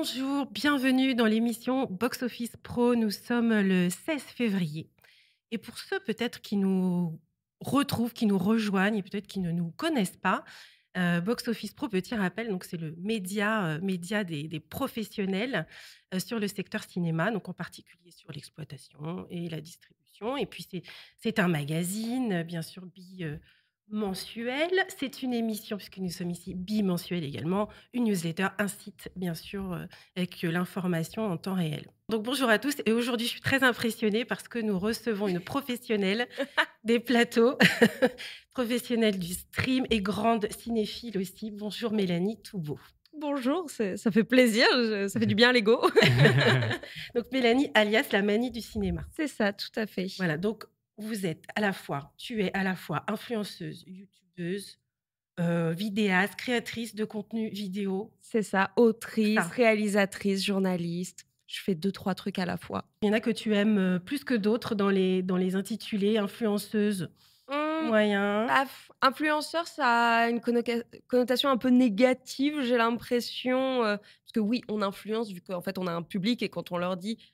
Bonjour, bienvenue dans l'émission Box Office Pro. Nous sommes le 16 février. Et pour ceux peut-être qui nous retrouvent, qui nous rejoignent et peut-être qui ne nous connaissent pas, Box Office Pro, petit rappel, donc c'est le média des professionnels sur le secteur cinéma, donc en particulier sur l'exploitation et la distribution. Et puis c'est un magazine, bien sûr, mensuel. C'est une émission, puisque nous sommes ici bimensuel également, une newsletter, un site, bien sûr, avec l'information en temps réel. Donc bonjour à tous, et aujourd'hui je suis très impressionnée parce que nous recevons une professionnelle des plateaux, professionnelle du stream et grande cinéphile aussi. Bonjour Mélanie Toubeau. Bonjour, ça fait plaisir, ça fait du bien à l'ego. Donc Mélanie, alias la manie du cinéma. C'est ça, tout à fait. Voilà, donc tu es à la fois influenceuse, youtubeuse, vidéaste, créatrice de contenu vidéo. C'est ça, autrice, Ça. réalisatrice, journaliste. Je fais 2-3 trucs à la fois. Il y en a que tu aimes plus que d'autres dans les intitulés, influenceuse, moyen. Influenceur, ça a une connotation un peu négative, j'ai l'impression. Parce que oui, on influence, vu qu'en fait, on a un public et quand on leur dit,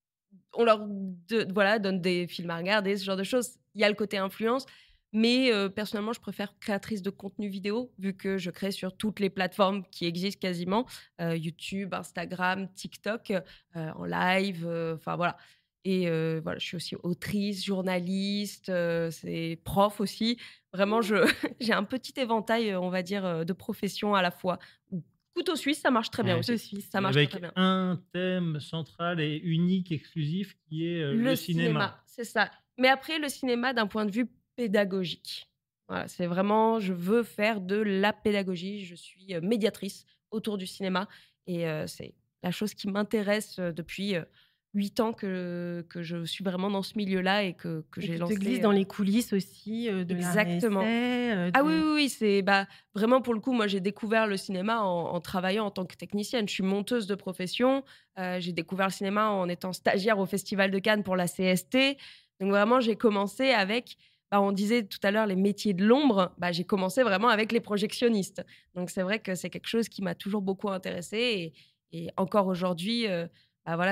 voilà, donne des films à regarder, ce genre de choses, il y a le côté influence. Mais personnellement, je préfère créatrice de contenu vidéo, vu que je crée sur toutes les plateformes qui existent quasiment, YouTube, Instagram, TikTok, en live, enfin voilà. Et voilà, je suis aussi autrice, journaliste, c'est prof aussi. Vraiment, j'ai un petit éventail, on va dire, de professions à la fois. Couteau suisse, ça marche très bien Ouais. aussi. Je suis. Ça marche très, Avec très bien. un thème central et unique, exclusif, qui est le cinéma. C'est ça. Mais après, le cinéma d'un point de vue pédagogique. Voilà, c'est vraiment, je veux faire de la pédagogie. Je suis médiatrice autour du cinéma et c'est la chose qui m'intéresse depuis 8 ans que je suis vraiment dans ce milieu-là et que Et j'ai tu te lancé. glisses dans les coulisses aussi de Exactement. l'art Ah oui, oui, oui, c'est vraiment pour le coup, moi j'ai découvert le cinéma en travaillant en tant que technicienne. Je suis monteuse de profession. J'ai découvert le cinéma en étant stagiaire au Festival de Cannes pour la CST. Donc vraiment, j'ai commencé avec, on disait tout à l'heure les métiers de l'ombre. J'ai commencé vraiment avec les projectionnistes. Donc c'est vrai que c'est quelque chose qui m'a toujours beaucoup intéressée et encore aujourd'hui, voilà,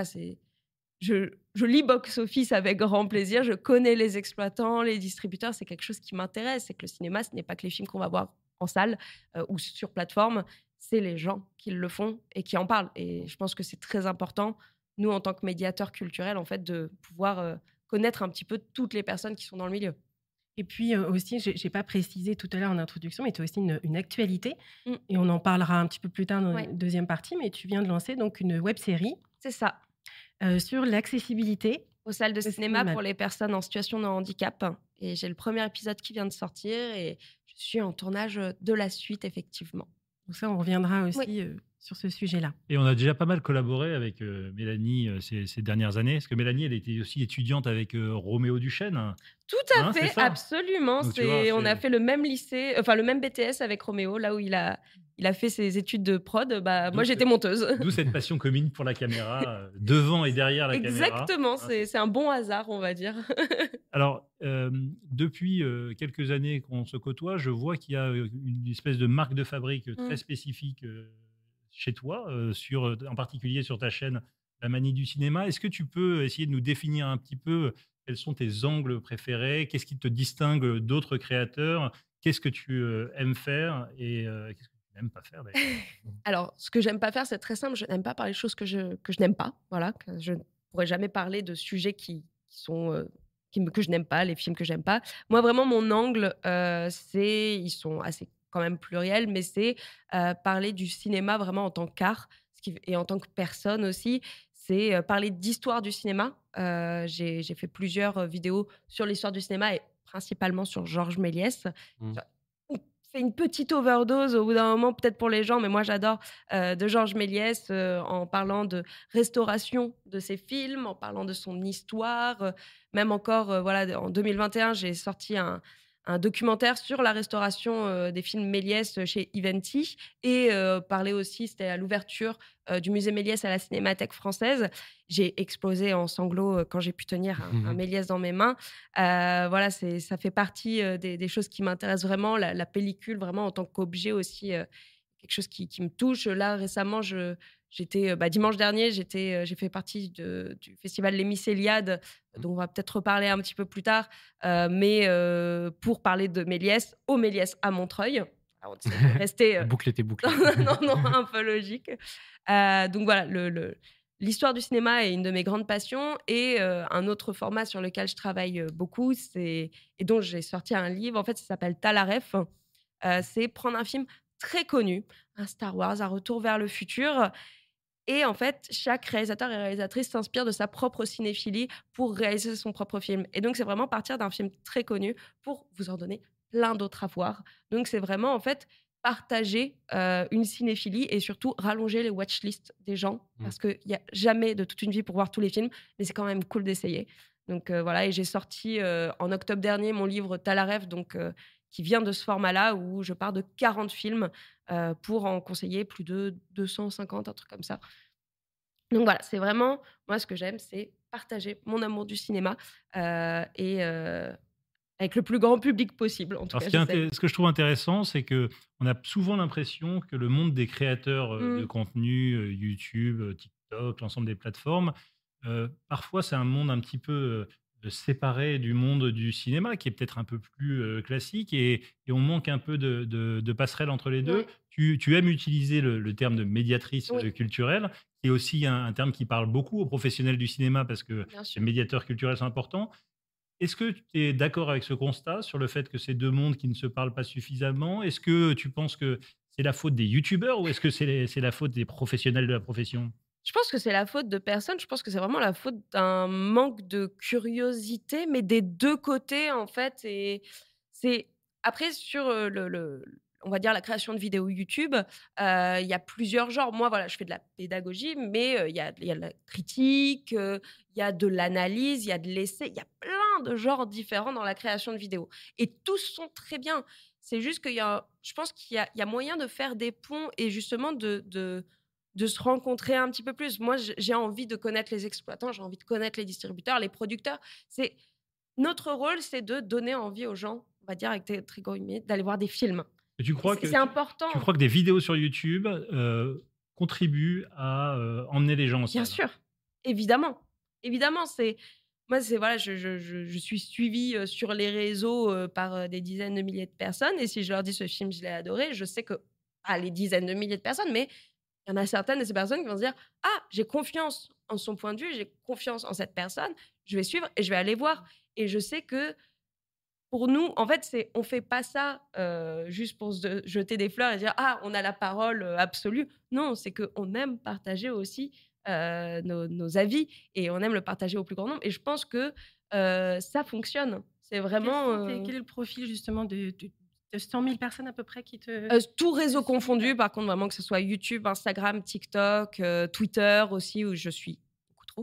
je lis Box Office avec grand plaisir. Je connais les exploitants, les distributeurs. C'est quelque chose qui m'intéresse. C'est que le cinéma, ce n'est pas que les films qu'on va voir en salle ou sur plateforme. C'est les gens qui le font et qui en parlent. Et je pense que c'est très important, nous, en tant que médiateurs culturels, en fait, de pouvoir connaître un petit peu toutes les personnes qui sont dans le milieu. Et puis aussi, j'ai pas précisé tout à l'heure en introduction, mais tu as aussi une actualité. Mm. Et on en parlera un petit peu plus tard dans Ouais. la deuxième partie, mais tu viens de lancer donc une web-série C'est ça. sur l'accessibilité. Aux salles de Le cinéma cinéma. pour les personnes en situation de handicap. Et j'ai le premier épisode qui vient de sortir et je suis en tournage de la suite, effectivement. Donc ça, on reviendra aussi Oui. sur ce sujet-là. Et on a déjà pas mal collaboré avec Mélanie ces dernières années. Parce que Mélanie, elle était aussi étudiante avec Roméo Duchesne. Tout à C'est fait, ça. absolument. Donc, tu vois, On a c'est- fait le même lycée, enfin le même BTS avec Roméo, là où il a fait ses études de prod. Moi, j'étais monteuse. D'où cette passion commune pour la caméra, devant et derrière la caméra. Exactement, c'est un bon hasard, on va dire. Alors, depuis quelques années qu'on se côtoie, je vois qu'il y a une espèce de marque de fabrique très spécifique chez toi, en particulier sur ta chaîne La Manie du cinéma. Est-ce que tu peux essayer de nous définir un petit peu quels sont tes angles préférés? Qu'est-ce qui te distingue d'autres créateurs? Qu'est-ce que tu aimes faire et qu'est-ce que tu n'aimes pas faire d'ailleurs? Alors, ce que j'aime pas faire, c'est très simple. Je n'aime pas parler de choses que je n'aime pas. Voilà, que je ne pourrais jamais parler de sujets qui sont que je n'aime pas, les films que j'aime pas. Moi, vraiment, mon angle, ils sont assez quand même pluriels, mais c'est parler du cinéma vraiment en tant qu'art et en tant que personne aussi. C'est parler d'histoire du cinéma. J'ai fait plusieurs vidéos sur l'histoire du cinéma et principalement sur Georges Méliès. Fait une petite overdose au bout d'un moment, peut-être pour les gens, mais moi j'adore, de Georges Méliès, en parlant de restauration de ses films, en parlant de son histoire. Même encore, voilà, en 2021, j'ai sorti un documentaire sur la restauration des films Méliès chez Eventi et parler aussi, c'était à l'ouverture du musée Méliès à la Cinémathèque française. J'ai explosé en sanglots quand j'ai pu tenir un Méliès dans mes mains. Voilà, ça fait partie des choses qui m'intéressent vraiment, la pellicule vraiment en tant qu'objet aussi, quelque chose qui me touche. Là, récemment, Dimanche dernier, j'ai fait partie du festival Les Mycéliades, dont on va peut-être reparler un petit peu plus tard, pour parler de Méliès, au Méliès à Montreuil. Alors, on essaie de rester La boucle était bouclée. non, un peu logique. Donc voilà, l'histoire du cinéma est une de mes grandes passions et un autre format sur lequel je travaille beaucoup, et dont j'ai sorti un livre, en fait, ça s'appelle Talaref. C'est prendre un film très connu, un Star Wars, un Retour vers le futur, et en fait, chaque réalisateur et réalisatrice s'inspire de sa propre cinéphilie pour réaliser son propre film. Et donc, c'est vraiment partir d'un film très connu pour vous en donner plein d'autres à voir. Donc, c'est vraiment, en fait, partager une cinéphilie et surtout rallonger les watchlists des gens, parce qu'il n'y a jamais de toute une vie pour voir tous les films, mais c'est quand même cool d'essayer. Donc, voilà, et j'ai sorti en octobre dernier mon livre Talaref, qui vient de ce format-là, où je pars de 40 films pour en conseiller plus de 250, un truc comme ça. Donc voilà, c'est vraiment, moi, ce que j'aime, c'est partager mon amour du cinéma avec le plus grand public possible, en tout Alors, cas. ce que je trouve intéressant, c'est qu'on a souvent l'impression que le monde des créateurs de contenu, YouTube, TikTok, l'ensemble des plateformes, parfois c'est un monde un petit peu séparé du monde du cinéma, qui est peut-être un peu plus classique, et on manque un peu de passerelle entre les deux. Tu aimes utiliser le terme de médiatrice culturelle, qui est aussi un terme qui parle beaucoup aux professionnels du cinéma, parce que les médiateurs culturels sont importants. Est-ce que tu es d'accord avec ce constat sur le fait que c'est deux mondes qui ne se parlent pas suffisamment? Est-ce que tu penses que c'est la faute des youtubeurs, ou est-ce que c'est la faute des professionnels de la profession? Je pense que c'est la faute de personne. Je pense que c'est vraiment la faute d'un manque de curiosité, mais des deux côtés, en fait. Et c'est après sur on va dire la création de vidéos YouTube, il y a plusieurs genres. Moi, voilà, je fais de la pédagogie, mais il y a de la critique, il y a de l'analyse, il y a de l'essai, il y a plein de genres différents dans la création de vidéos. Et tous sont très bien. C'est juste je pense qu'il y a moyen de faire des ponts et justement de se rencontrer un petit peu plus. Moi, j'ai envie de connaître les exploitants, j'ai envie de connaître les distributeurs, les producteurs. Notre rôle, c'est de donner envie aux gens, on va dire avec des très gros guillemets, d'aller voir des films. C'est important. Tu crois que des vidéos sur YouTube contribuent à emmener les gens en salle? Bien sûr, évidemment. Évidemment, voilà, je suis suivie sur les réseaux par des dizaines de milliers de personnes, et si je leur dis ce film, je l'ai adoré, je sais que les dizaines de milliers de personnes, mais il y en a certaines de ces personnes qui vont se dire « Ah, j'ai confiance en son point de vue, j'ai confiance en cette personne, je vais suivre et je vais aller voir. » Et je sais que pour nous, en fait, on ne fait pas ça juste pour se jeter des fleurs et dire « Ah, on a la parole absolue. » Non, c'est qu'on aime partager aussi nos avis, et on aime le partager au plus grand nombre. Et je pense que ça fonctionne. C'est vraiment… Quel est le profil justement de 100 000 personnes à peu près qui te… tout réseau confondu, par contre, vraiment, que ce soit YouTube, Instagram, TikTok, Twitter aussi, où je suis beaucoup trop.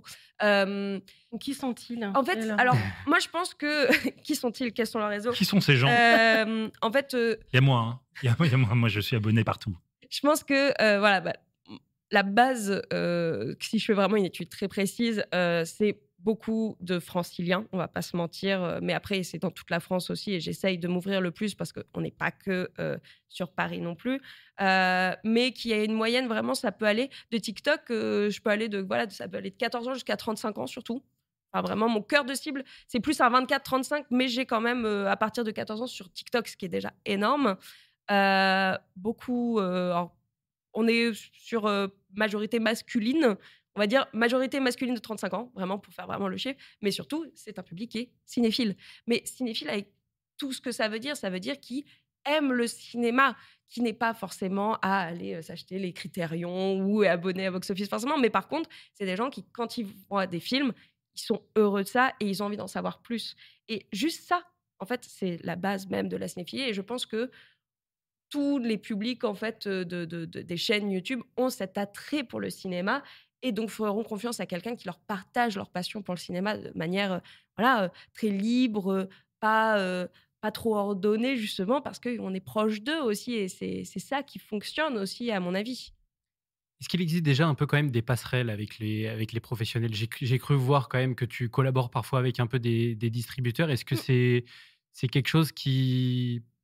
Qui sont-ils? En fait, alors, moi, je pense que… Qui sont-ils? Quels sont leurs réseaux? Qui sont ces gens? En fait… Il y a moi, hein. Il y a moi. Moi, je suis abonné partout. Je pense que, voilà, la base, si je fais vraiment une étude très précise, c'est beaucoup de franciliens, on va pas se mentir, mais après c'est dans toute la France aussi, et j'essaye de m'ouvrir le plus parce qu'on n'est pas que sur Paris non plus, mais qui a une moyenne, vraiment ça peut aller de TikTok, je peux aller ça peut aller de 14 ans jusqu'à 35 ans surtout. Enfin, vraiment mon cœur de cible c'est plus un 24-35, mais j'ai quand même à partir de 14 ans sur TikTok, ce qui est déjà énorme. Beaucoup, alors, on est sur majorité masculine, on va dire majorité masculine de 35 ans, vraiment, pour faire vraiment le chiffre. Mais surtout, c'est un public qui est cinéphile. Mais cinéphile avec tout ce que ça veut dire qui aime le cinéma, qui n'est pas forcément à aller s'acheter les Critérions ou abonné à Box Office forcément. Mais par contre, c'est des gens qui, quand ils voient des films, ils sont heureux de ça et ils ont envie d'en savoir plus. Et juste ça, en fait, c'est la base même de la cinéphilie. Et je pense que tous les publics, en fait, des chaînes YouTube ont cet attrait pour le cinéma, et donc feront confiance à quelqu'un qui leur partage leur passion pour le cinéma de manière très libre, pas trop ordonnée, justement parce qu'on est proche d'eux aussi, et c'est ça qui fonctionne aussi, à mon avis. Est-ce qu'il existe déjà un peu quand même des passerelles avec les professionnels? J'ai cru voir quand même que tu collabores parfois avec un peu des distributeurs. Est-ce que c'est quelque chose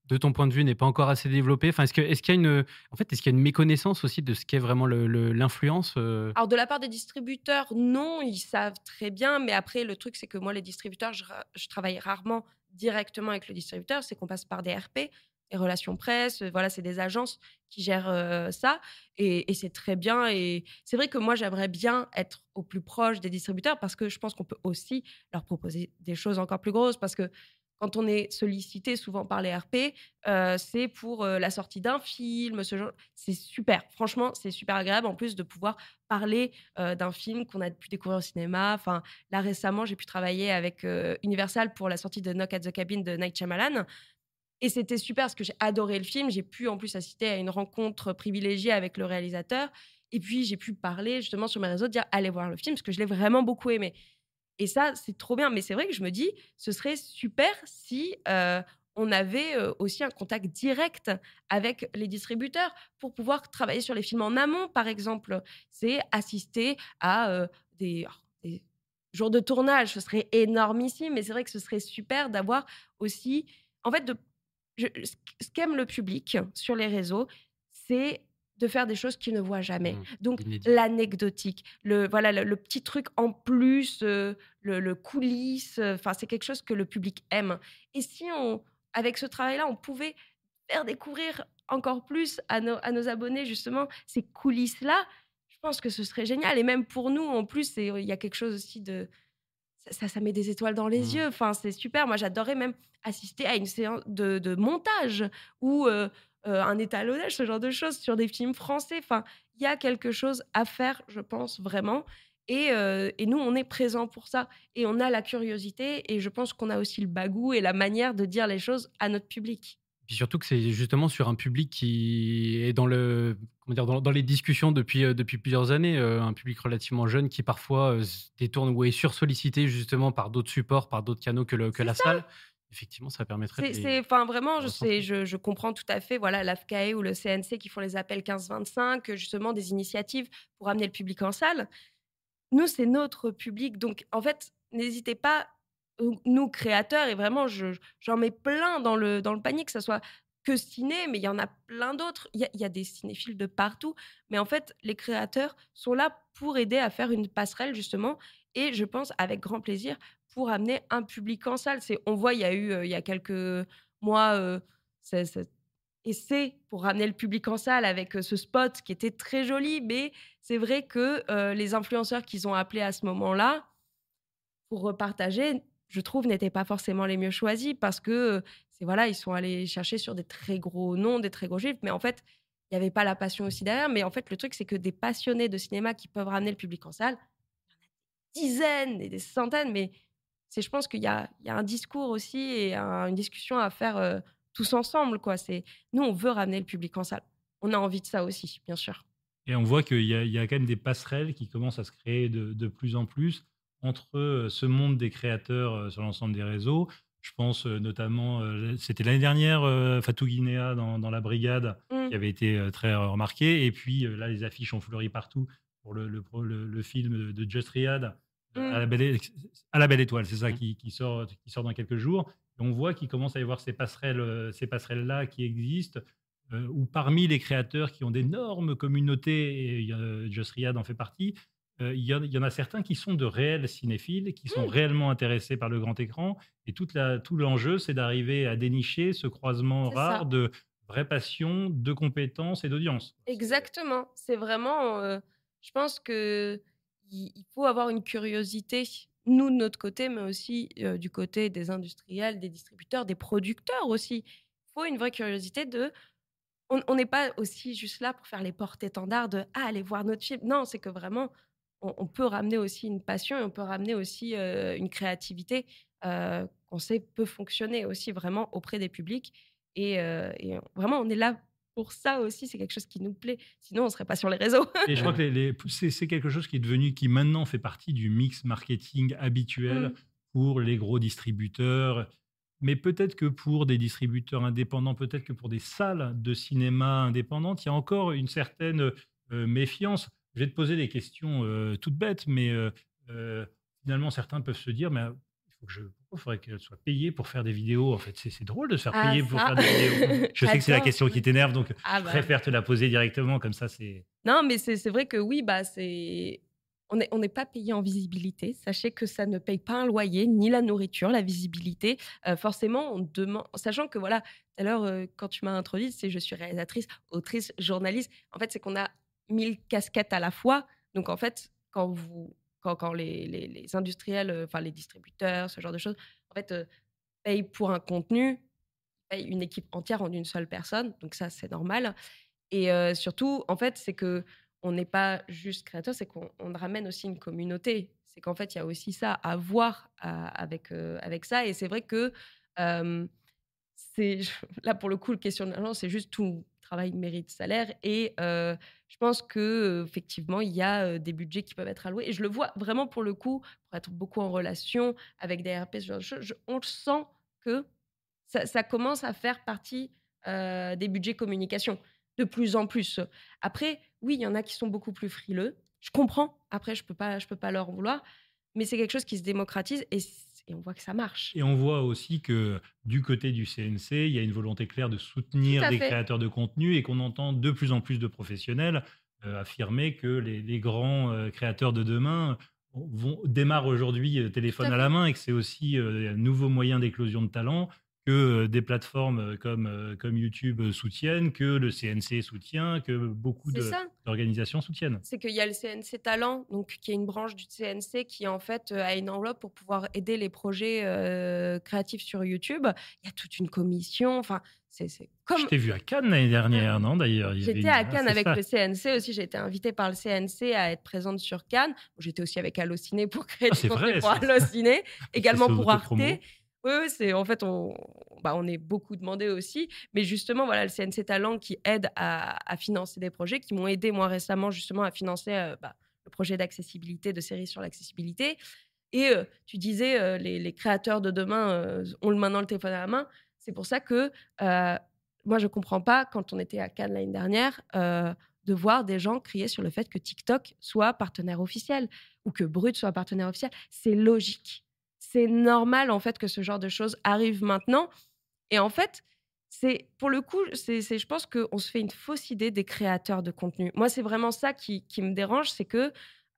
de ton point de vue, n'est pas encore assez développée? Enfin, est-ce qu'il y a est-ce qu'il y a une méconnaissance aussi de ce qu'est vraiment l'influence? Alors, de la part des distributeurs, non, ils savent très bien. Mais après, le truc, c'est que moi, les distributeurs, je travaille rarement directement avec le distributeur. C'est qu'on passe par des RP, des relations presse. Voilà, c'est des agences qui gèrent ça. Et c'est très bien. Et c'est vrai que moi, j'aimerais bien être au plus proche des distributeurs parce que je pense qu'on peut aussi leur proposer des choses encore plus grosses. Parce que quand on est sollicité souvent par les RP, c'est pour la sortie d'un film, ce genre. C'est super. Franchement, c'est super agréable en plus de pouvoir parler d'un film qu'on a pu découvrir au cinéma. Enfin, là récemment, j'ai pu travailler avec Universal pour la sortie de Knock at the Cabin de Night Shyamalan. Et c'était super parce que j'ai adoré le film. J'ai pu en plus assister à une rencontre privilégiée avec le réalisateur. Et puis, j'ai pu parler justement sur mes réseaux, dire allez voir le film parce que je l'ai vraiment beaucoup aimé. Et ça, c'est trop bien. Mais c'est vrai que je me dis, ce serait super si on avait aussi un contact direct avec les distributeurs pour pouvoir travailler sur les films en amont, par exemple. C'est assister à des jours de tournage. Ce serait énormissime. Mais c'est vrai que ce serait super d'avoir aussi, en fait, ce qu'aime le public sur les réseaux, c'est de faire des choses qu'il ne voit jamais. Donc, Inédit. l'anecdotique, voilà, le petit truc en plus, le coulisses, enfin, c'est quelque chose que le public aime. Et si avec ce travail-là, on pouvait faire découvrir encore plus à nos abonnés, justement, ces coulisses-là, je pense que ce serait génial. Et même pour nous, en plus, il y a quelque chose aussi de ça met des étoiles dans les yeux. Enfin, c'est super. Moi, j'adorais même assister à une séance de montage ou un étalonnage, ce genre de choses sur des films français. Enfin, il y a quelque chose à faire, je pense, vraiment. Et nous, on est présents pour ça. Et on a la curiosité. Et je pense qu'on a aussi le bagou et la manière de dire les choses à notre public. Puis surtout que c'est justement sur un public qui est comment dire? Dans les discussions depuis plusieurs années, un public relativement jeune qui parfois, se détourne ou est sursollicité justement par d'autres supports, par d'autres canaux que C'est la ça. salle. Effectivement, ça permettrait de Enfin, vraiment, les je sais, recentrer. je comprends tout à fait, voilà, l'AFCAE ou le CNC qui font les appels 15-25, justement des initiatives pour amener le public en salle. Nous, c'est notre public. Donc, en fait, n'hésitez pas, nous, créateurs, et vraiment, j'en mets plein dans le panier, que ça soit que ciné, mais il y en a plein d'autres. Il y a des cinéphiles de partout. Mais en fait, les créateurs sont là pour aider à faire une passerelle, justement. Et je pense, avec grand plaisir, pour amener un public en salle. On voit, il y a eu, il y a quelques mois, cet essai pour ramener le public en salle avec ce spot qui était très joli. Mais c'est vrai que les influenceurs qu'ils ont appelés à ce moment-là pour repartager, je trouve, n'étaient pas forcément les mieux choisis parce que voilà, ils sont allés chercher sur des très gros noms, des très gros chiffres, mais en fait, il n'y avait pas la passion aussi derrière. Mais en fait, le truc, c'est que des passionnés de cinéma qui peuvent ramener le public en salle, dizaines et des centaines, mais je pense qu'il y a un discours aussi et une discussion à faire tous ensemble, quoi. Nous, on veut ramener le public en salle. On a envie de ça aussi, bien sûr. Et on voit qu'il y a quand même des passerelles qui commencent à se créer de plus en plus entre ce monde des créateurs sur l'ensemble des réseaux. Je pense notamment, c'était l'année dernière, Fatou Guinéa dans La Brigade, Mm. qui avait été très remarqué. Et puis là, les affiches ont fleuri partout pour le film de Just Riyad, Mm. à la Belle Étoile. C'est ça Mm. qui sort dans quelques jours. Et on voit qu'il commence à y avoir ces passerelles-là qui existent où parmi les créateurs qui ont d'énormes communautés, et Just Riyad en fait partie, il y en a certains qui sont de réels cinéphiles, qui sont réellement intéressés par le grand écran. Et tout l'enjeu, c'est d'arriver à dénicher ce croisement C'est rare ça. de vraies passions, de compétences et d'audience. Exactement. C'est vraiment, je pense que il faut avoir une curiosité, nous de notre côté, mais aussi du côté des industriels, des distributeurs, des producteurs aussi. Il faut une vraie curiosité on n'est pas aussi juste là pour faire les porte-étendards de allez voir notre film. Non, c'est que vraiment, on peut ramener aussi une passion et on peut ramener aussi une créativité qu'on sait peut fonctionner aussi vraiment auprès des publics. Et vraiment, on est là pour ça aussi. C'est quelque chose qui nous plaît. Sinon, on ne serait pas sur les réseaux. Et je crois que c'est quelque chose qui maintenant fait partie du mix marketing habituel Mm. pour les gros distributeurs. Mais peut-être que pour des distributeurs indépendants, peut-être que pour des salles de cinéma indépendantes, il y a encore une certaine méfiance. Je vais te poser des questions toutes bêtes, mais finalement, certains peuvent se dire, mais il faut que Il faudrait qu'elle soit payée pour faire des vidéos. En fait, c'est drôle de se faire Ah payer pour ça, faire des vidéos. Je sais que c'est la j'adore. question qui t'énerve, donc Ah je bah préfère te la poser directement, comme ça, c'est… non, mais c'est vrai que oui, bah, on n'est pas payé en visibilité. Sachez que ça ne paye pas un loyer, ni la nourriture, la visibilité. Forcément, on demande, sachant que voilà, tout à l'heure, quand tu m'as introduite, c'est je suis réalisatrice, autrice, journaliste. En fait, c'est qu'on a 1000 casquettes à la fois. Donc, en fait, quand les industriels, enfin les distributeurs, ce genre de choses, en fait, payent pour un contenu, payent une équipe entière en une seule personne. Donc, ça, c'est normal. Et surtout, en fait, c'est que on n'est pas juste créateur, c'est qu'on ramène aussi une communauté. C'est qu'en fait, il y a aussi ça à voir avec ça. Et c'est vrai que euh, c'est là, pour le coup, la question de l'argent, c'est juste tout travail mérite salaire. Et je pense que effectivement, il y a des budgets qui peuvent être alloués. Et je le vois vraiment pour le coup, pour être beaucoup en relation avec des RP, ce genre de choses, on le sent que ça commence à faire partie des budgets communication de plus en plus. Après, oui, il y en a qui sont beaucoup plus frileux. Je comprends. Après, je peux pas leur en vouloir. Mais c'est quelque chose qui se démocratise et on voit que ça marche. Et on voit aussi que du côté du CNC, il y a une volonté claire de Tout soutenir à des fait. créateurs de contenu et qu'on entend de plus en plus de professionnels affirmer que les grands créateurs de demain démarrent aujourd'hui Tout téléphone à à la fait. main et que c'est aussi un nouveau moyen d'éclosion de talent que des plateformes comme YouTube soutiennent, que le CNC soutient, que beaucoup C'est ça. d'organisations soutiennent. C'est qu'il y a le CNC Talent, donc qui est une branche du CNC qui en fait a une enveloppe pour pouvoir aider les projets créatifs sur YouTube. Il y a toute une commission. Enfin, c'est Je comme t'ai vu à Cannes l'année dernière, non d'ailleurs il y avait j'étais à ah, Cannes c'est avec ça. le CNC aussi. J'ai été invitée par le CNC à être présente sur Cannes. J'étais aussi avec Allociné pour créer Ah, du c'est contenu vrai, pour Allociné, tu fais également ce pour Arte. autopromo. Oui, oui, c'est en fait on est beaucoup demandé aussi, mais justement voilà le CNC Talent qui aide à financer des projets, qui m'ont aidé moi récemment justement à financer le projet d'accessibilité de séries sur l'accessibilité. Et tu disais les créateurs de demain ont maintenant le téléphone à la main. C'est pour ça que moi je comprends pas quand on était à Cannes l'année dernière de voir des gens crier sur le fait que TikTok soit partenaire officiel ou que Brut soit partenaire officiel. C'est logique. C'est normal en fait que ce genre de choses arrive maintenant. Et en fait, c'est pour le coup, je pense qu'on se fait une fausse idée des créateurs de contenu. Moi, c'est vraiment ça qui me dérange, c'est que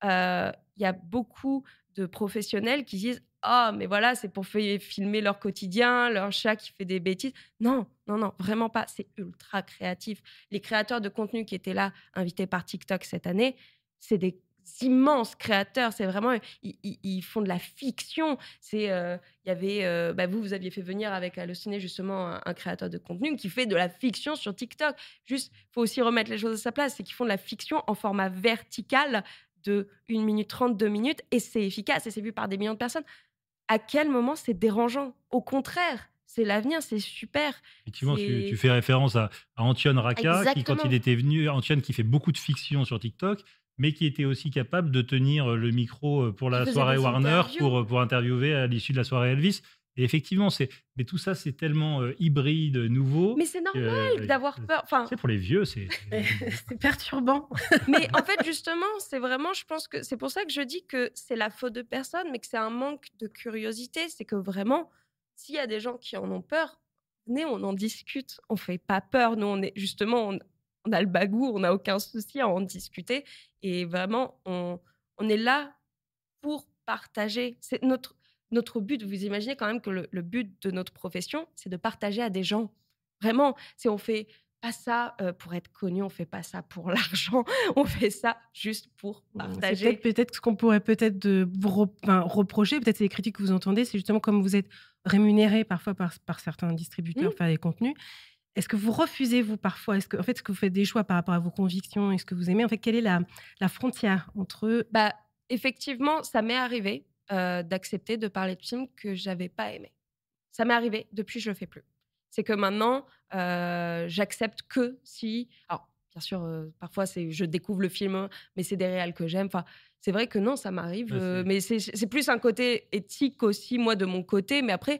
il y a beaucoup de professionnels qui disent ah mais voilà c'est pour filmer leur quotidien, leur chat qui fait des bêtises. Non, non, non, vraiment pas. C'est ultra créatif. Les créateurs de contenu qui étaient là, invités par TikTok cette année, c'est des immenses créateurs. C'est vraiment ils font de la fiction. C'est il y avait vous aviez fait venir avec Allociné justement un créateur de contenu qui fait de la fiction sur TikTok. Juste, faut aussi remettre les choses à sa place. C'est qu'ils font de la fiction en format vertical de 1 minute 30, 2 minutes, et c'est efficace et c'est vu par des millions de personnes. À quel moment c'est dérangeant? Au contraire, c'est l'avenir, c'est super. Effectivement, tu C'est fais référence à Antoine Raka, qui, quand il exactement. était venu, Antoine qui fait beaucoup de fiction sur TikTok, mais qui était aussi capable de tenir le micro pour Qui la faisait soirée des Warner interviews. pour interviewer à l'issue de la soirée Elvis. Et effectivement, mais tout ça, c'est tellement hybride, nouveau. Mais c'est normal d'avoir peur. Enfin, C'est pour les vieux, C'est perturbant. mais en fait, justement, c'est vraiment, je pense que c'est pour ça que je dis que c'est la faute de personne, mais que c'est un manque de curiosité. C'est que vraiment, s'il y a des gens qui en ont peur, venez, on en discute. On fait pas peur. Nous, on est justement, on a le bagou, on n'a aucun souci à en discuter. Et vraiment, on est là pour partager. C'est notre but. Vous imaginez quand même que le but de notre profession, c'est de partager à des gens. Vraiment, si on fait pas ça pour être connu, on fait pas ça pour l'argent, on fait ça juste pour C'est partager. peut-être ce qu'on pourrait peut-être reprocher, peut-être c'est les critiques que vous entendez, c'est justement comme vous êtes rémunéré parfois par certains distributeurs Mmh. faire des contenus. Est-ce que vous refusez, vous, parfois? Est-ce que vous faites des choix par rapport à vos convictions et ce que vous aimez? En fait, quelle est la frontière entre… Bah, effectivement, ça m'est arrivé d'accepter de parler de films que j'avais pas aimés. Ça m'est arrivé, depuis je le fais plus. C'est que maintenant, j'accepte que si alors bien sûr, parfois je découvre le film, mais c'est des réals que j'aime. Enfin, c'est vrai que non, ça m'arrive, Ouais, mais c'est plus un côté éthique aussi, moi, de mon côté. Mais après,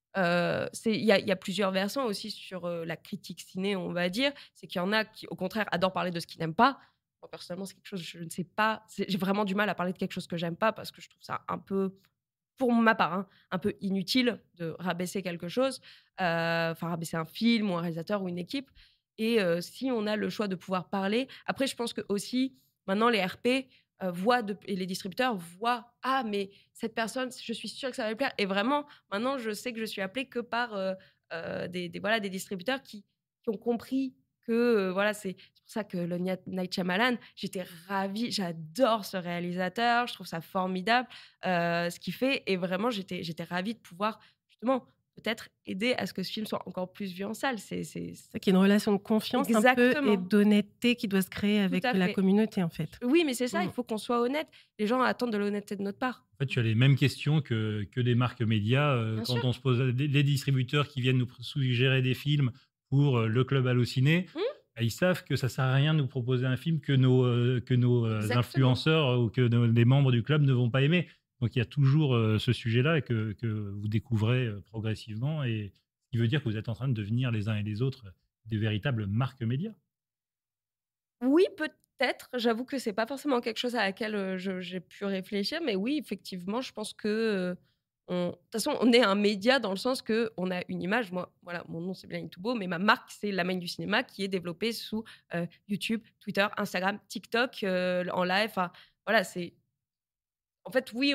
il y a plusieurs versants aussi sur la critique ciné, on va dire. C'est qu'il y en a qui, au contraire, adorent parler de ce qu'ils n'aiment pas. Moi, personnellement, c'est quelque chose, je ne sais pas. J'ai vraiment du mal à parler de quelque chose que j'aime pas parce que je trouve ça un peu pour ma part, hein, un peu inutile de rabaisser quelque chose, rabaisser un film ou un réalisateur ou une équipe. Et si on a le choix de pouvoir parler, après, je pense que aussi, maintenant, les RP et les distributeurs voient, ah, mais cette personne, je suis sûre que ça va lui plaire. Et vraiment, maintenant, je sais que je suis appelée que par des distributeurs qui ont compris que c'est pour ça que le Night Shyamalan, j'étais ravie, j'adore ce réalisateur, je trouve ça formidable ce qu'il fait, et vraiment j'étais ravie de pouvoir justement peut-être aider à ce que ce film soit encore plus vu en salle. C'est ça qui est une relation de confiance un peu et d'honnêteté qui doit se créer avec la communauté en fait. Oui, mais c'est ça, il faut qu'on soit honnête. Les gens attendent de l'honnêteté de notre part. En fait, tu as les mêmes questions que les marques médias. Quand on se pose les distributeurs qui viennent nous suggérer des films pour le club Allociné, ils savent que ça ne sert à rien de nous proposer un film que nos influenceurs ou que les membres du club ne vont pas aimer. Donc, il y a toujours ce sujet-là que vous découvrez progressivement, et ce qui veut dire que vous êtes en train de devenir les uns et les autres des véritables marques médias. Oui, peut-être. J'avoue que ce n'est pas forcément quelque chose à laquelle j'ai pu réfléchir, mais oui, effectivement, je pense que... de toute façon, on est un média dans le sens qu'on a une image. Moi, voilà, mon nom, c'est Mélanie Toubeau, mais ma marque, c'est La Main du Cinéma, qui est développée sous YouTube, Twitter, Instagram, TikTok, en live. Voilà, c'est... En fait, oui,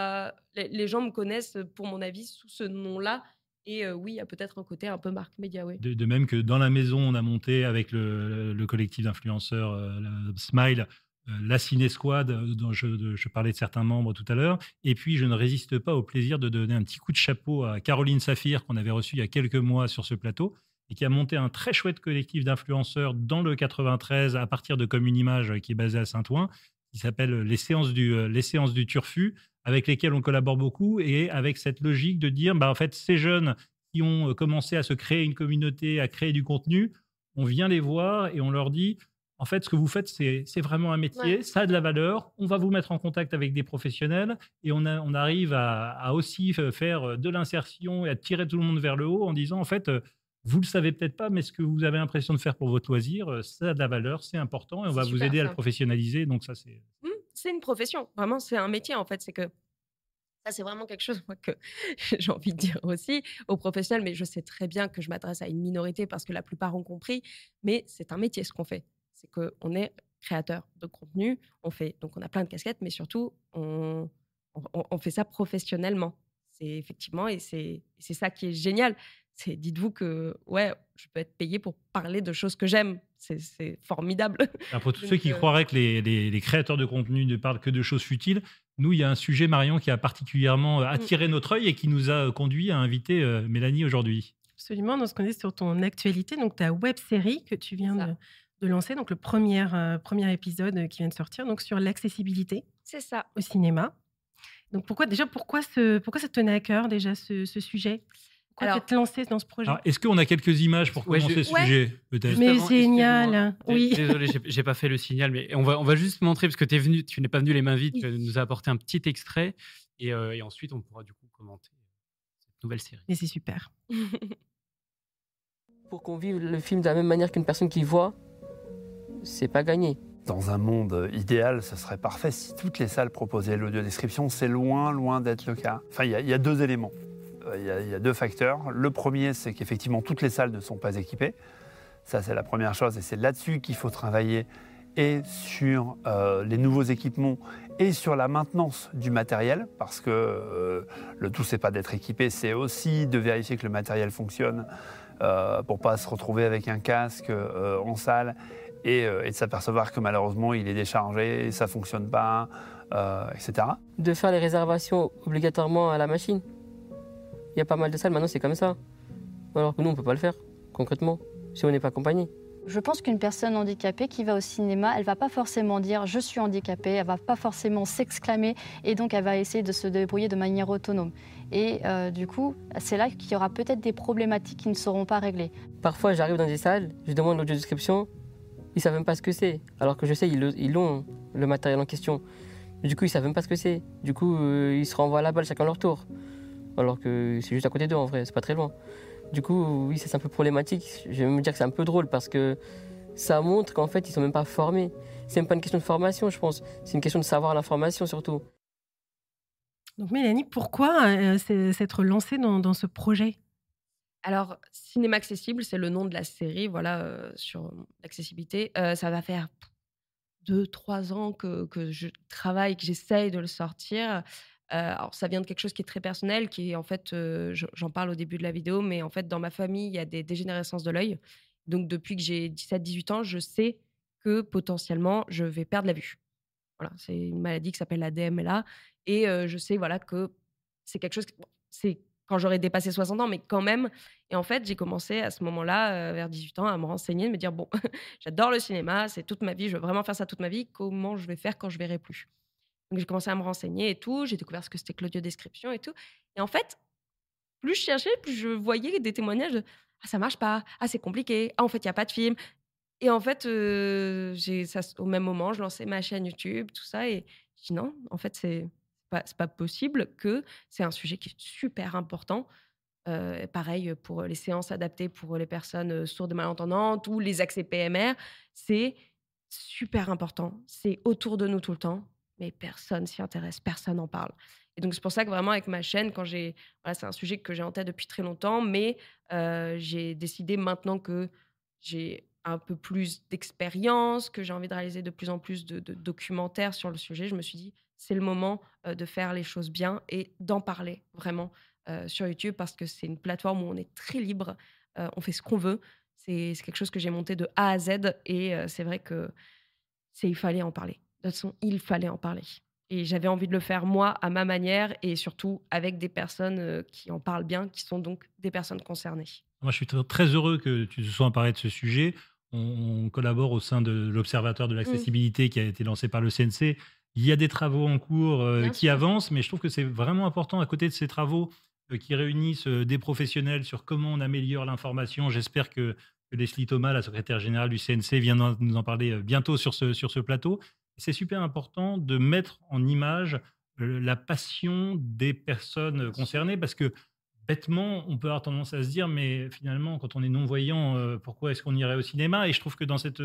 les gens me connaissent, pour mon avis, sous ce nom-là. Et oui, il y a peut-être un côté un peu marque média, oui. De même que dans la maison, on a monté avec le collectif d'influenceurs Smile, la Ciné Squad, dont je parlais de certains membres tout à l'heure. Et puis, je ne résiste pas au plaisir de donner un petit coup de chapeau à Caroline Saphir, qu'on avait reçue il y a quelques mois sur ce plateau, et qui a monté un très chouette collectif d'influenceurs dans le 93 à partir de Comme une Image, qui est basé à Saint-Ouen, qui s'appelle les séances du Turfu, avec lesquelles on collabore beaucoup, et avec cette logique de dire, en fait, ces jeunes qui ont commencé à se créer une communauté, à créer du contenu, on vient les voir et on leur dit, en fait, ce que vous faites, c'est vraiment un métier, ça a de la valeur, on va vous mettre en contact avec des professionnels, et on arrive à aussi faire de l'insertion et à tirer tout le monde vers le haut en disant, en fait, vous le savez peut-être pas, mais ce que vous avez l'impression de faire pour votre loisir, ça a de la valeur, c'est important, et on va vous aider à le professionnaliser. Donc ça, c'est une profession, vraiment, c'est un métier en fait. C'est que ça, c'est vraiment quelque chose, moi, que j'ai envie de dire aussi aux professionnels, mais je sais très bien que je m'adresse à une minorité parce que la plupart ont compris, mais c'est un métier ce qu'on fait. C'est qu'on est créateur de contenu, donc on a plein de casquettes, mais surtout, on fait ça professionnellement. C'est effectivement, et c'est ça qui est génial. Dites-vous que je peux être payée pour parler de choses que j'aime. C'est formidable. Pour tous ceux qui croiraient que les créateurs de contenu ne parlent que de choses futiles, nous, il y a un sujet, Marion, qui a particulièrement attiré notre œil et qui nous a conduit à inviter Mélanie aujourd'hui. Absolument, dans ce qu'on est sur ton actualité, donc ta web-série que tu viens de lancer, donc le premier épisode qui vient de sortir, donc sur l'accessibilité au cinéma. Donc pourquoi ça te tenait à cœur déjà ce sujet ? Pourquoi te lancer dans ce projet ? Alors, est-ce qu'on a quelques images pour commencer ce sujet, peut-être ? Mais génial, oui. Désolé, j'ai pas fait le signal, mais on va juste montrer, parce que tu n'es pas venu les mains vides, tu nous as apporté un petit extrait, et ensuite on pourra du coup commenter cette nouvelle série. Mais c'est super. Pour qu'on vive le film de la même manière qu'une personne qui voit, c'est pas gagné. Dans un monde idéal, ce serait parfait si toutes les salles proposaient l'audiodescription. C'est loin d'être le cas. Enfin, il y a deux éléments. Il y a deux facteurs. Le premier, c'est qu'effectivement, toutes les salles ne sont pas équipées. Ça, c'est la première chose, et c'est là-dessus qu'il faut travailler, et sur les nouveaux équipements et sur la maintenance du matériel, parce que le tout, c'est pas d'être équipé, c'est aussi de vérifier que le matériel fonctionne pour pas se retrouver avec un casque en salle et de s'apercevoir que malheureusement, il est déchargé, ça fonctionne pas, etc. De faire les réservations obligatoirement à la machine. Il y a pas mal de salles, maintenant c'est comme ça. Alors que nous, on ne peut pas le faire, concrètement, si on n'est pas accompagné. Je pense qu'une personne handicapée qui va au cinéma, elle ne va pas forcément dire « je suis handicapée », elle ne va pas forcément s'exclamer, et donc elle va essayer de se débrouiller de manière autonome. Et du coup, c'est là qu'il y aura peut-être des problématiques qui ne seront pas réglées. Parfois, j'arrive dans des salles, je demande l'audiodescription, ils ne savent même pas ce que c'est. Alors que je sais, ils ont le matériel en question. Du coup, ils ne savent même pas ce que c'est. Du coup, ils se renvoient la balle chacun leur tour. Alors que c'est juste à côté d'eux en vrai, c'est pas très loin. Du coup, oui, c'est un peu problématique. Je vais me dire que c'est un peu drôle parce que ça montre qu'en fait, ils sont même pas formés. C'est même pas une question de formation, je pense. C'est une question de savoir l'information surtout. Donc Mélanie, pourquoi s'être lancée dans ce projet? Alors, Cinéma Accessible, c'est le nom de la série, voilà, sur l'accessibilité. Ça va faire 2-3 ans que je travaille, que j'essaye de le sortir. Alors ça vient de quelque chose qui est très personnel, qui est en fait, j'en parle au début de la vidéo, mais en fait, dans ma famille, il y a des dégénérescences de l'œil. Donc depuis que j'ai 17-18 ans, je sais que potentiellement, je vais perdre la vue. Voilà, c'est une maladie qui s'appelle la DMLA et je sais, voilà, que c'est quelque chose bon, c'est quand j'aurai dépassé 60 ans, mais quand même et en fait, j'ai commencé à ce moment-là, vers 18 ans, à me renseigner, de me dire: «Bon, j'adore le cinéma, c'est toute ma vie, je veux vraiment faire ça toute ma vie. Comment je vais faire quand je verrai plus?» Donc j'ai commencé à me renseigner et tout. J'ai découvert ce que c'était que l'audiodescription et tout et en fait, plus je cherchais, plus je voyais des témoignages de: «Ah ça marche pas, ah c'est compliqué, ah en fait il y a pas de film». Et en fait, j'ai ça au même moment, je lançais ma chaîne YouTube, tout ça et je dis: «Non, en fait, c'est pas possible que c'est un sujet qui est super important». Pareil, pour les séances adaptées pour les personnes, sourdes et malentendantes ou les accès PMR, c'est super important. C'est autour de nous tout le temps, mais personne s'y intéresse, personne n'en parle et donc c'est pour ça que vraiment avec ma chaîne, quand j'ai voilà, c'est un sujet que j'ai en tête depuis très longtemps, mais j'ai décidé maintenant que j'ai un peu plus d'expérience, que j'ai envie de réaliser de plus en plus de documentaires sur le sujet. Je me suis dit: «C'est le moment, de faire les choses bien et d'en parler vraiment, sur YouTube» parce que c'est une plateforme où on est très libre, on fait ce qu'on veut. C'est quelque chose que j'ai monté de A à Z et c'est vrai que il fallait en parler. De toute façon, il fallait en parler et j'avais envie de le faire moi, à ma manière et surtout avec des personnes, qui en parlent bien, qui sont donc des personnes concernées. Moi, je suis très heureux que tu te sois emparé de ce sujet. On collabore au sein de l'Observatoire de Mmh. l'accessibilité qui a été lancé par le CNC. Il y a des travaux en cours Bien qui sûr. avancent, mais je trouve que c'est vraiment important à côté de ces travaux qui réunissent des professionnels sur comment on améliore l'information. J'espère que Leslie Thomas, la secrétaire générale du CNC, viendra nous en parler bientôt sur ce plateau. C'est super important de mettre en image la passion des personnes concernées parce que bêtement, on peut avoir tendance à se dire, mais finalement, quand on est non-voyant, pourquoi est-ce qu'on irait au cinéma? Et je trouve que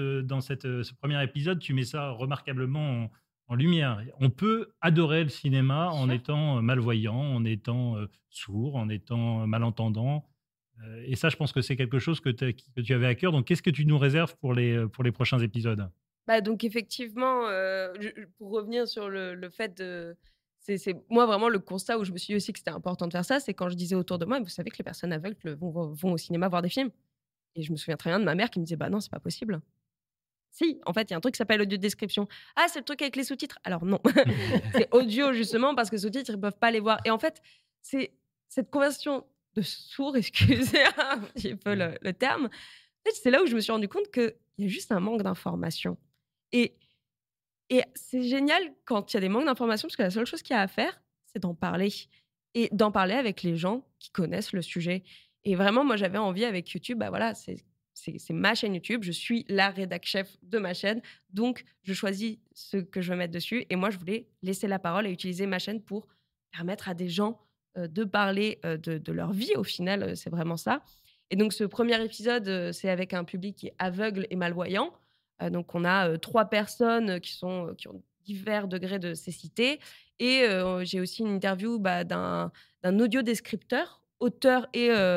ce premier épisode, tu mets ça remarquablement en lumière. On peut adorer le cinéma en Sûr. étant malvoyant, en étant sourd, en étant malentendant. Et ça, je pense que c'est quelque chose que tu avais à cœur. Donc, qu'est-ce que tu nous réserves pour les prochains épisodes? Bah, donc effectivement, pour revenir sur le fait de c'est moi vraiment le constat où je me suis dit aussi que c'était important de faire ça, c'est quand je disais autour de moi: «Vous savez que les personnes aveugles vont au cinéma voir des films?» et je me souviens très bien de ma mère qui me disait: «Bah non, c'est pas possible». Si, en fait, il y a un truc qui s'appelle audio-description. «Ah, c'est le truc avec les sous-titres?» Alors non, c'est audio justement parce que sous-titres, ils peuvent pas les voir et en fait, c'est cette conversion de sourds, excusez un petit peu le terme, en fait, c'est là où je me suis rendu compte qu'il y a juste un manque d'information et c'est génial quand il y a des manques d'informations parce que la seule chose qu'il y a à faire, c'est d'en parler et d'en parler avec les gens qui connaissent le sujet. Et vraiment, moi, j'avais envie avec YouTube, bah voilà, c'est ma chaîne YouTube, je suis la rédac chef de ma chaîne, donc je choisis ce que je veux mettre dessus. Et moi, je voulais laisser la parole et utiliser ma chaîne pour permettre à des gens de parler de leur vie. Au final, c'est vraiment ça. Et donc, ce premier épisode, c'est avec un public qui est aveugle et malvoyant. Donc on a 3 personnes qui ont divers degrés de cécité et j'ai aussi une interview, bah, d'un audiodescripteur, auteur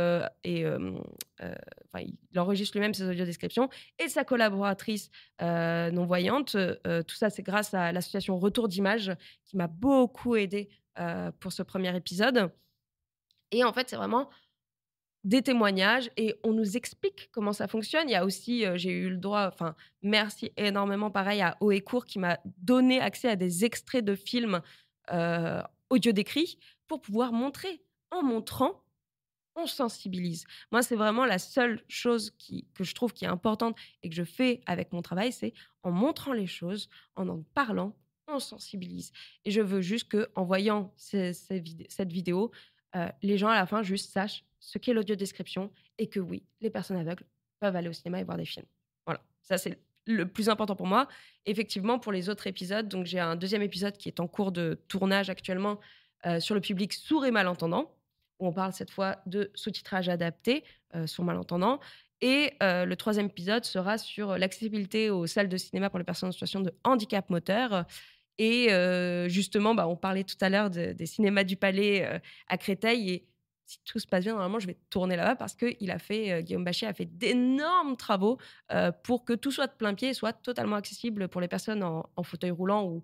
enfin, il enregistre lui-même ses audiodescriptions et sa collaboratrice, non-voyante. Tout ça, c'est grâce à l'association Retour d'Images qui m'a beaucoup aidée, pour ce premier épisode et en fait, c'est vraiment des témoignages et on nous explique comment ça fonctionne. Il y a aussi, j'ai eu le droit enfin, merci énormément pareil à Haut et Court qui m'a donné accès à des extraits de films, audio décrits pour pouvoir montrer. En montrant, on sensibilise. Moi, c'est vraiment la seule chose que je trouve qui est importante et que je fais avec mon travail, c'est en montrant les choses, en parlant, on sensibilise et je veux juste qu'en voyant cette vidéo, les gens à la fin juste sachent ce qu'est l'audiodescription et que oui, les personnes aveugles peuvent aller au cinéma et voir des films. Voilà, ça c'est le plus important pour moi. Effectivement, pour les autres épisodes, donc j'ai un deuxième épisode qui est en cours de tournage actuellement sur le public sourd et malentendant, où on parle cette fois de sous-titrage adapté sourd malentendant. Et le troisième épisode sera sur l'accessibilité aux salles de cinéma pour les personnes en situation de handicap moteur. Et justement, on parlait tout à l'heure des cinémas du Palais à Créteil. Et si tout se passe bien, normalement, je vais tourner là-bas parce que Guillaume Bachet a fait d'énormes travaux pour que tout soit de plein pied et soit totalement accessible pour les personnes en fauteuil roulant ou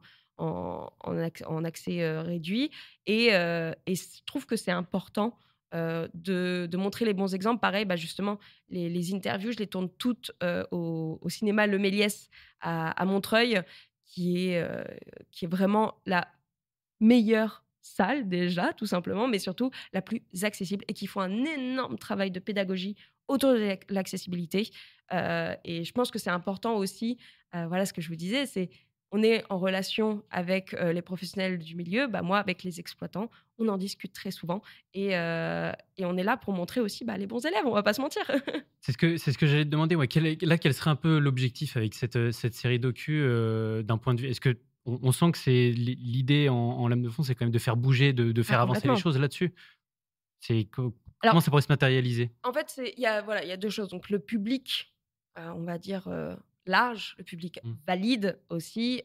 en accès réduit. Et je trouve que c'est important de montrer les bons exemples. Pareil, justement, les interviews, je les tourne toutes au cinéma Le Méliès à Montreuil, qui est vraiment la meilleure salle déjà, tout simplement, mais surtout la plus accessible et qui font un énorme travail de pédagogie autour de l'accessibilité. Et je pense que c'est important aussi, voilà ce que je vous disais, c'est on est en relation avec les professionnels du milieu, moi avec les exploitants, on en discute très souvent et on est là pour montrer aussi les bons élèves, on va pas se mentir. C'est ce que j'allais te demander. Ouais. Quel serait un peu l'objectif avec cette série docu d'un point de vue. Est-ce que on sent que c'est l'idée en lame de fond, c'est quand même de faire bouger, de faire avancer les choses là-dessus. Comment ça pourrait se matérialiser? En fait, il y a deux choses. Donc le public, on va dire large, le public valide aussi,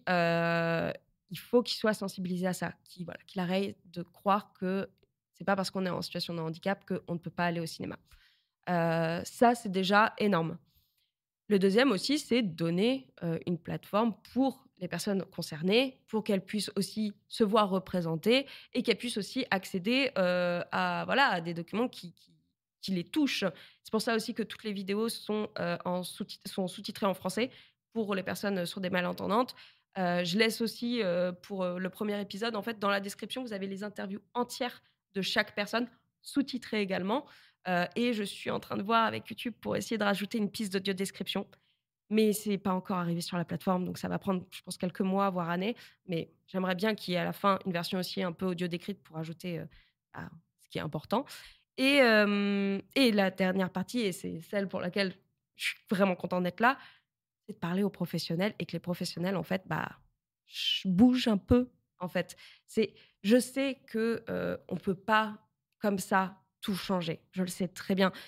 il faut qu'il soit sensibilisé à ça, qu'il arrête de croire que c'est pas parce qu'on est en situation de handicap qu'on ne peut pas aller au cinéma. Ça, c'est déjà énorme. Le deuxième aussi, c'est donner une plateforme pour les personnes concernées, pour qu'elles puissent aussi se voir représentées et qu'elles puissent aussi accéder à des documents qui les touchent. C'est pour ça aussi que toutes les vidéos sont sous-titrées en français pour les personnes sourdes et malentendantes. Je laisse aussi, pour le premier épisode, en fait, dans la description, vous avez les interviews entières de chaque personne, sous-titrées également. Et je suis en train de voir avec YouTube pour essayer de rajouter une piste d'audio description. Mais ce n'est pas encore arrivé sur la plateforme, donc ça va prendre, je pense, quelques mois, voire années. Mais j'aimerais bien qu'il y ait à la fin une version aussi un peu audio décrite pour ajouter ce qui est important. Et la dernière partie, et c'est celle pour laquelle je suis vraiment contente d'être là, c'est de parler aux professionnels et que les professionnels, en fait, bougent un peu, en fait. Je sais qu'on ne peut pas, comme ça, tout changer. Je le sais très bien.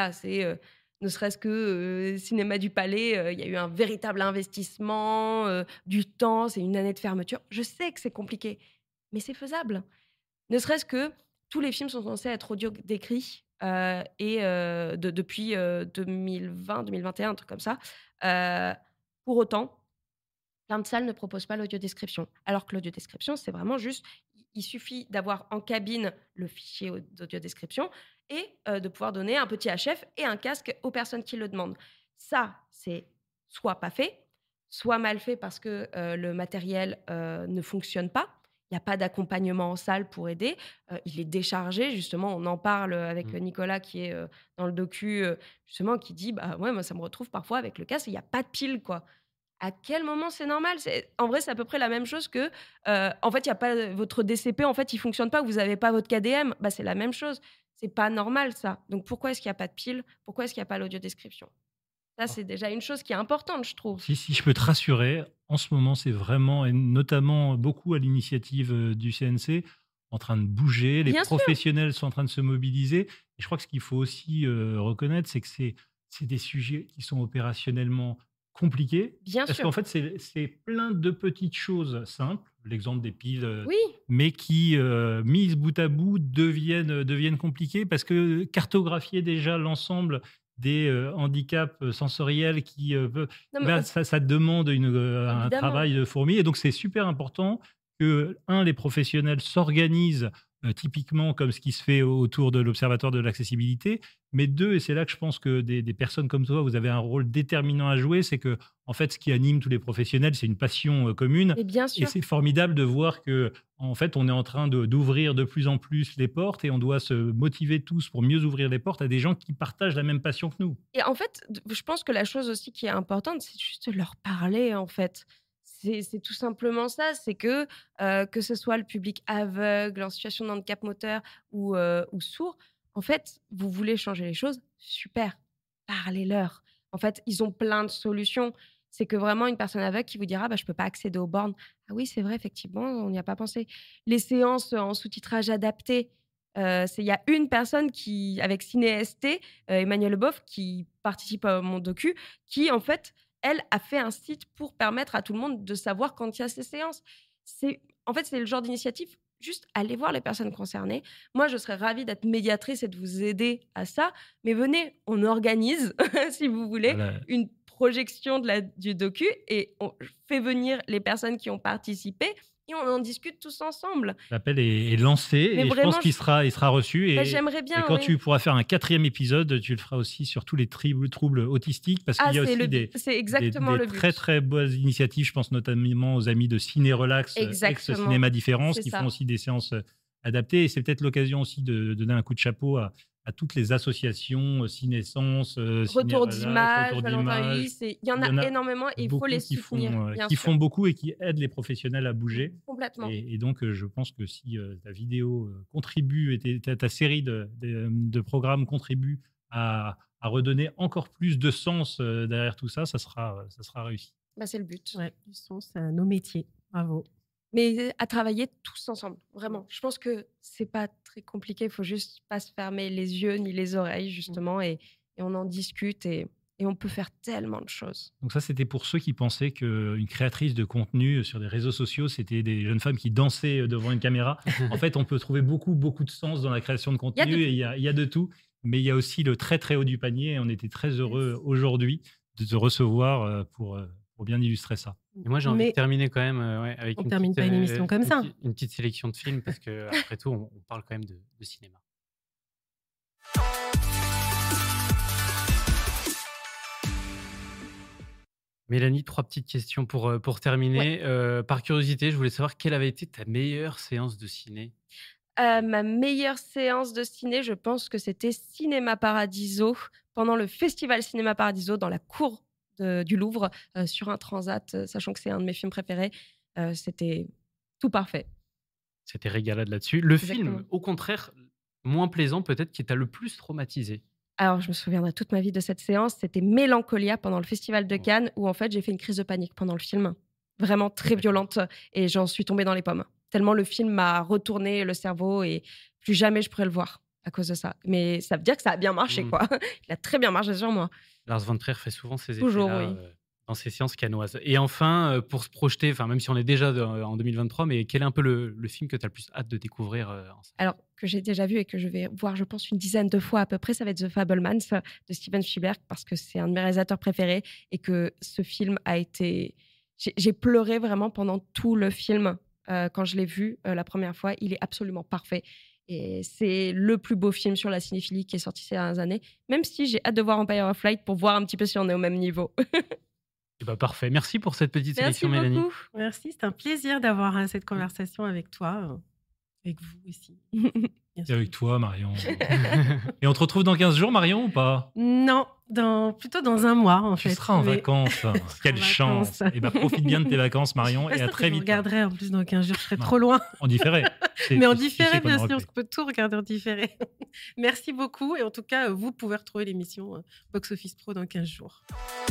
Ne serait-ce que Cinéma du Palais, il y a eu un véritable investissement, du temps, c'est une année de fermeture. Je sais que c'est compliqué, mais c'est faisable. Ne serait-ce que tous les films sont censés être audio décrits depuis 2020, 2021, un truc comme ça. Pour autant, plein de salles ne proposent pas l'audiodescription. Alors que l'audiodescription, c'est vraiment juste, il suffit d'avoir en cabine le fichier d'audiodescription et de pouvoir donner un petit HF et un casque aux personnes qui le demandent. Ça, c'est soit pas fait, soit mal fait parce que le matériel ne fonctionne pas. Il n'y a pas d'accompagnement en salle pour aider. Il est déchargé, justement. On en parle avec Nicolas, qui est dans le docu, justement, qui dit moi, ça me retrouve parfois avec le casque, il n'y a pas de pile, quoi. À quel moment c'est normal? En vrai, c'est à peu près la même chose que, en fait, il y a pas votre DCP, en fait, il fonctionne pas, vous n'avez pas votre KDM. C'est la même chose. C'est pas normal, ça. Donc, pourquoi est-ce qu'il n'y a pas de pile? Pourquoi est-ce qu'il n'y a pas l'audiodescription? Ça, c'est déjà une chose qui est importante, je trouve. Si je peux te rassurer, en ce moment, c'est vraiment, et notamment beaucoup à l'initiative du CNC, en train de bouger. Les professionnels sont en train de se mobiliser. Et je crois que ce qu'il faut aussi reconnaître, c'est que c'est des sujets qui sont opérationnellement compliqués. Parce qu'en fait, c'est plein de petites choses simples, l'exemple des piles, mais qui, mises bout à bout, deviennent compliquées parce que cartographier déjà l'ensemble des handicaps sensoriels ça demande un travail de fourmi. Et donc, c'est super important que, les professionnels s'organisent typiquement comme ce qui se fait autour de l'Observatoire de l'accessibilité. Mais deux, et c'est là que je pense que des personnes comme toi, vous avez un rôle déterminant à jouer, c'est que, en fait, ce qui anime tous les professionnels, c'est une passion commune. Et c'est formidable de voir que, en fait, on est en train d'ouvrir de plus en plus les portes et on doit se motiver tous pour mieux ouvrir les portes à des gens qui partagent la même passion que nous. Et en fait, je pense que la chose aussi qui est importante, c'est juste de leur parler, en fait. C'est tout simplement ça, c'est que ce soit le public aveugle, en situation de handicap moteur ou sourd, en fait, vous voulez changer les choses, super, parlez-leur. En fait, ils ont plein de solutions. C'est que vraiment une personne aveugle qui vous dira je ne peux pas accéder aux bornes. Ah oui, c'est vrai, effectivement, on n'y a pas pensé. Les séances en sous-titrage adapté, il y a une personne avec Ciné-ST, Emmanuel Leboeuf, qui participe à mon docu, qui en fait, elle a fait un site pour permettre à tout le monde de savoir quand il y a ces séances. En fait, c'est le genre d'initiative, juste allez voir les personnes concernées. Moi, je serais ravie d'être médiatrice et de vous aider à ça. Mais venez, on organise, si vous voulez, Voilà. une projection du docu et on fait venir les personnes qui ont participé et on en discute tous ensemble. L'appel est lancé Mais et je vraiment, pense qu'il sera reçu. Bah, Et, j'aimerais et bien, quand oui. tu pourras faire un 4e épisode, tu le feras aussi sur tous les troubles autistiques parce qu'il y a aussi c'est exactement des le but. très très bonnes initiatives. Je pense notamment aux amis de Ciné Relax, Exactement. ex-Cinéma Différence, C'est qui ça. font aussi des séances adaptées. Et c'est peut-être l'occasion aussi de donner un coup de chapeau à toutes les associations, Ciné-Sens, Retour Ciné-Relax, d'image, Retour Valentin d'image. Ulysse, il y en a énormément et il faut Beaucoup les qui soutenir. bien qui sûr. font beaucoup et qui aident les professionnels à bouger. Complètement. Et donc, je pense que si ta vidéo contribue et ta série de programmes contribue à redonner encore plus de sens derrière tout ça, ça sera réussi. Bah, c'est le but. Ouais, du sens à nos métiers. Bravo. Mais à travailler tous ensemble, vraiment. Je pense que c'est pas très compliqué. Il faut juste pas se fermer les yeux ni les oreilles, justement, et on en discute et on peut faire tellement de choses. Donc ça, c'était pour ceux qui pensaient qu'une créatrice de contenu sur des réseaux sociaux, c'était des jeunes femmes qui dansaient devant une caméra. En fait, on peut trouver beaucoup, beaucoup de sens dans la création de contenu et il y a de tout. Mais il y a aussi le très, très haut du panier. Et on était très heureux aujourd'hui de te recevoir pour bien illustrer ça. Et moi, j'ai envie de terminer quand même avec on termine pas une émission comme ça. Une petite sélection de films parce qu'après tout, on parle quand même de cinéma. Mélanie, 3 petites questions pour terminer. Par curiosité, je voulais savoir quelle avait été ta meilleure séance de ciné. Ma meilleure séance de ciné, je pense que c'était Cinéma Paradiso, pendant le festival Cinéma Paradiso, dans la cour du Louvre, sur un transat, sachant que c'est un de mes films préférés. C'était tout parfait. C'était régalade là-dessus. Le Exactement. film, au contraire, moins plaisant peut-être, qui t'a le plus traumatisé. Alors, je me souviendrai toute ma vie de cette séance. C'était Mélancolia pendant le festival de Cannes, où en fait, j'ai fait une crise de panique pendant le film. Vraiment très violente. Et j'en suis tombée dans les pommes. Tellement le film m'a retourné le cerveau et plus jamais je pourrais le voir à cause de ça. Mais ça veut dire que ça a bien marché, quoi. Il a très bien marché sur moi. Lars von Trier fait souvent ces Toujours, effets-là oui. dans ses séances cannoises. Et enfin, pour se projeter, même si on est déjà en 2023, mais quel est un peu le film que tu as le plus hâte de découvrir en salle? Alors, que j'ai déjà vu et que je vais voir, je pense, une dizaine de fois à peu près, ça va être The Fabelmans de Steven Spielberg, parce que c'est un de mes réalisateurs préférés et que ce film a été... J'ai pleuré vraiment pendant tout le film quand je l'ai vu la première fois. Il est absolument parfait. Et c'est le plus beau film sur la cinéphilie qui est sorti ces dernières années, même si j'ai hâte de voir Empire of Light pour voir un petit peu si on est au même niveau. Eh ben, parfait. Merci pour cette petite Merci sélection, Mélanie. beaucoup. Merci, c'est un plaisir d'avoir cette conversation avec toi, avec vous aussi. Et avec toi, Marion. Et on te retrouve dans 15 jours, Marion, ou pas? Non, plutôt dans un mois, en fait. Tu seras en vacances. Quelle chance. Et profite bien de tes vacances, Marion, et à très vite. Je regarderai en plus dans 15 jours, je serai trop loin. En différé. Mais en différé, bien sûr, on peut tout regarder en différé. Merci beaucoup. Et en tout cas, vous pouvez retrouver l'émission Box Office Pro dans 15 jours.